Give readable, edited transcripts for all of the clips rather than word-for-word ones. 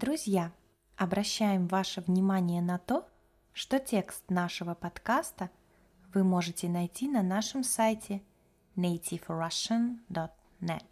Друзья, обращаем ваше внимание на то, что текст нашего подкаста вы можете найти на нашем сайте nativerussian.net.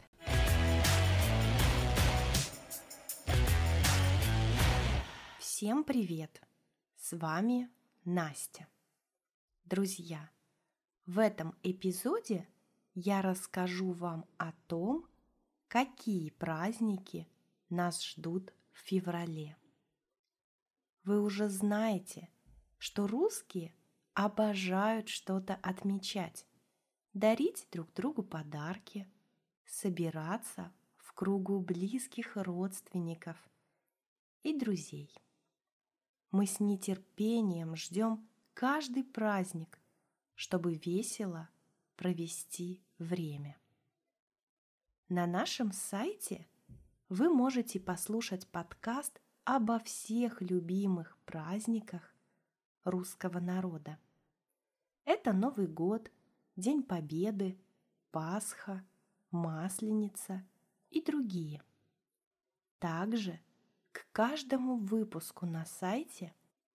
Всем привет! С вами Настя. Друзья, в этом эпизоде я расскажу вам о том, какие праздники нас ждут в феврале. Вы уже знаете, что русские обожают что-то отмечать, дарить друг другу подарки, собираться в кругу близких родственников и друзей. Мы с нетерпением ждем каждый праздник, чтобы весело провести время. На нашем сайте вы можете послушать подкаст обо всех любимых праздниках русского народа. Это Новый год, День Победы, Пасха, Масленица и другие. Также к каждому выпуску на сайте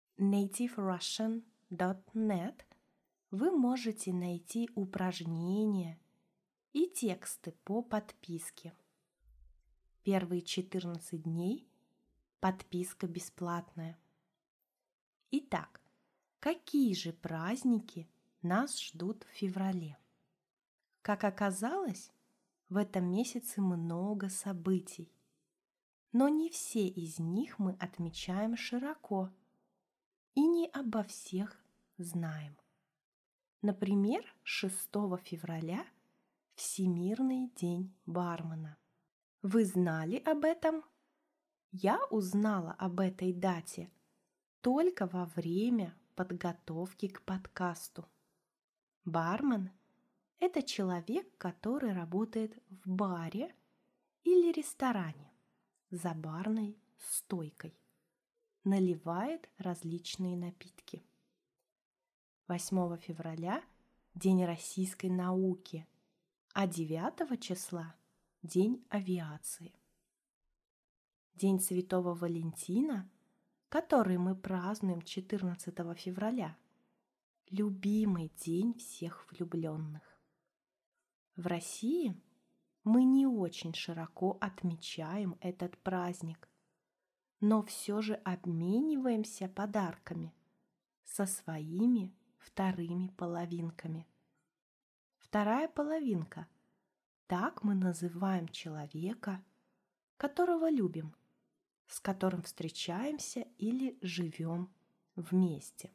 nativerussian.net вы можете найти упражнения и тексты по подписке. Первые 14 дней подписка бесплатная. Итак, какие же праздники нас ждут в феврале? Как оказалось, в этом месяце много событий, но не все из них мы отмечаем широко и не обо всех знаем. Например, 6 февраля – Всемирный день бармена. Вы знали об этом? Я узнала об этой дате только во время подготовки к подкасту. Бармен – это человек, который работает в баре или ресторане за барной стойкой, наливает различные напитки. 8 февраля – День российской науки, а 9 числа – День авиации. День Святого Валентина, который мы празднуем 14 февраля, любимый день всех влюбленных. В России мы не очень широко отмечаем этот праздник, но все же обмениваемся подарками со своими вторыми половинками. Вторая половинка – так мы называем человека, которого любим, с которым встречаемся или живем вместе.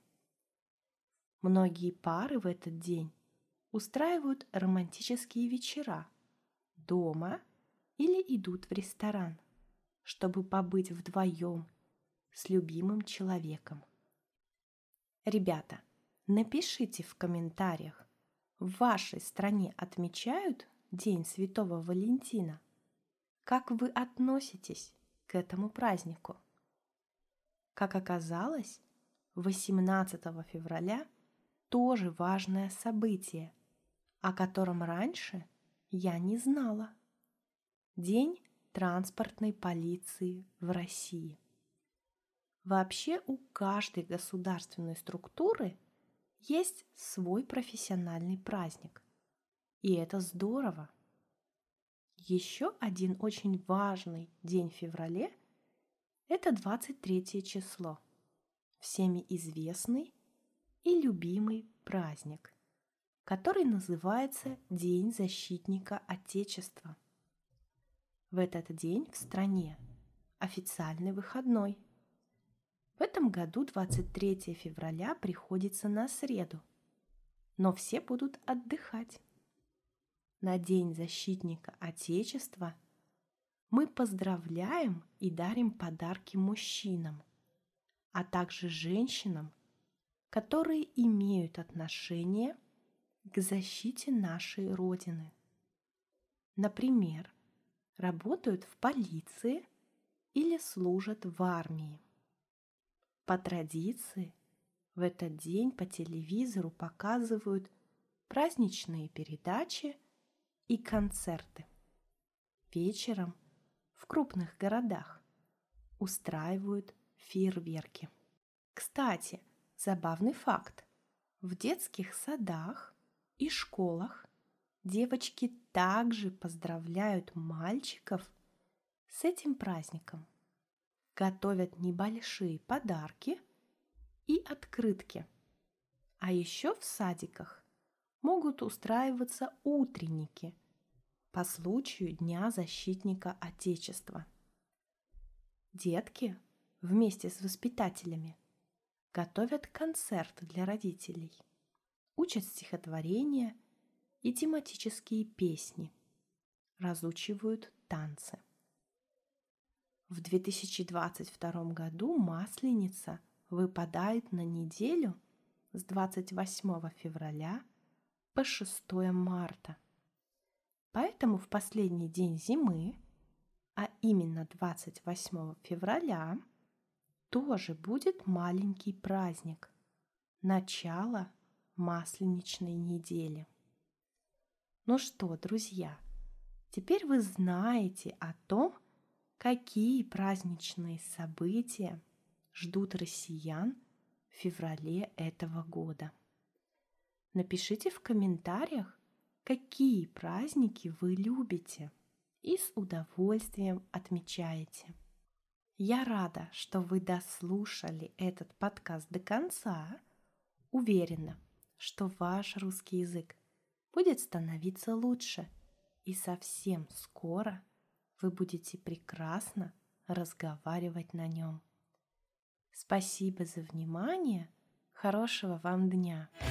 Многие пары в этот день устраивают романтические вечера дома или идут в ресторан, чтобы побыть вдвоем с любимым человеком. Ребята, напишите в комментариях, в вашей стране отмечают День Святого Валентина? Как вы относитесь к этому празднику? Как оказалось, 18 февраля тоже важное событие, о котором раньше я не знала. День транспортной полиции в России. Вообще у каждой государственной структуры есть свой профессиональный праздник. И это здорово. Еще один очень важный день в феврале – это 23 число, всеми известный и любимый праздник, который называется День защитника Отечества. В этот день в стране официальный выходной. В этом году 23 февраля приходится на среду, но все будут отдыхать. На День защитника Отечества мы поздравляем и дарим подарки мужчинам, а также женщинам, которые имеют отношение к защите нашей Родины. Например, работают в полиции или служат в армии. По традиции, в этот день по телевизору показывают праздничные передачи и концерты. Вечером в крупных городах устраивают фейерверки. Кстати, забавный факт. В детских садах и школах девочки также поздравляют мальчиков с этим праздником. Готовят небольшие подарки и открытки. А еще в садиках могут устраиваться утренники по случаю Дня защитника Отечества. Детки вместе с воспитателями готовят концерт для родителей, учат стихотворения и тематические песни, разучивают танцы. В 2022 году Масленица выпадает на неделю с 28 февраля по 6 марта. Поэтому в последний день зимы, а именно 28 февраля, тоже будет маленький праздник – начало Масленичной недели. Ну что, друзья, теперь вы знаете о том, какие праздничные события ждут россиян в феврале этого года. Напишите в комментариях, какие праздники вы любите и с удовольствием отмечаете. Я рада, что вы дослушали этот подкаст до конца. Уверена, что ваш русский язык будет становиться лучше, и совсем скоро вы будете прекрасно разговаривать на нем. Спасибо за внимание. Хорошего вам дня!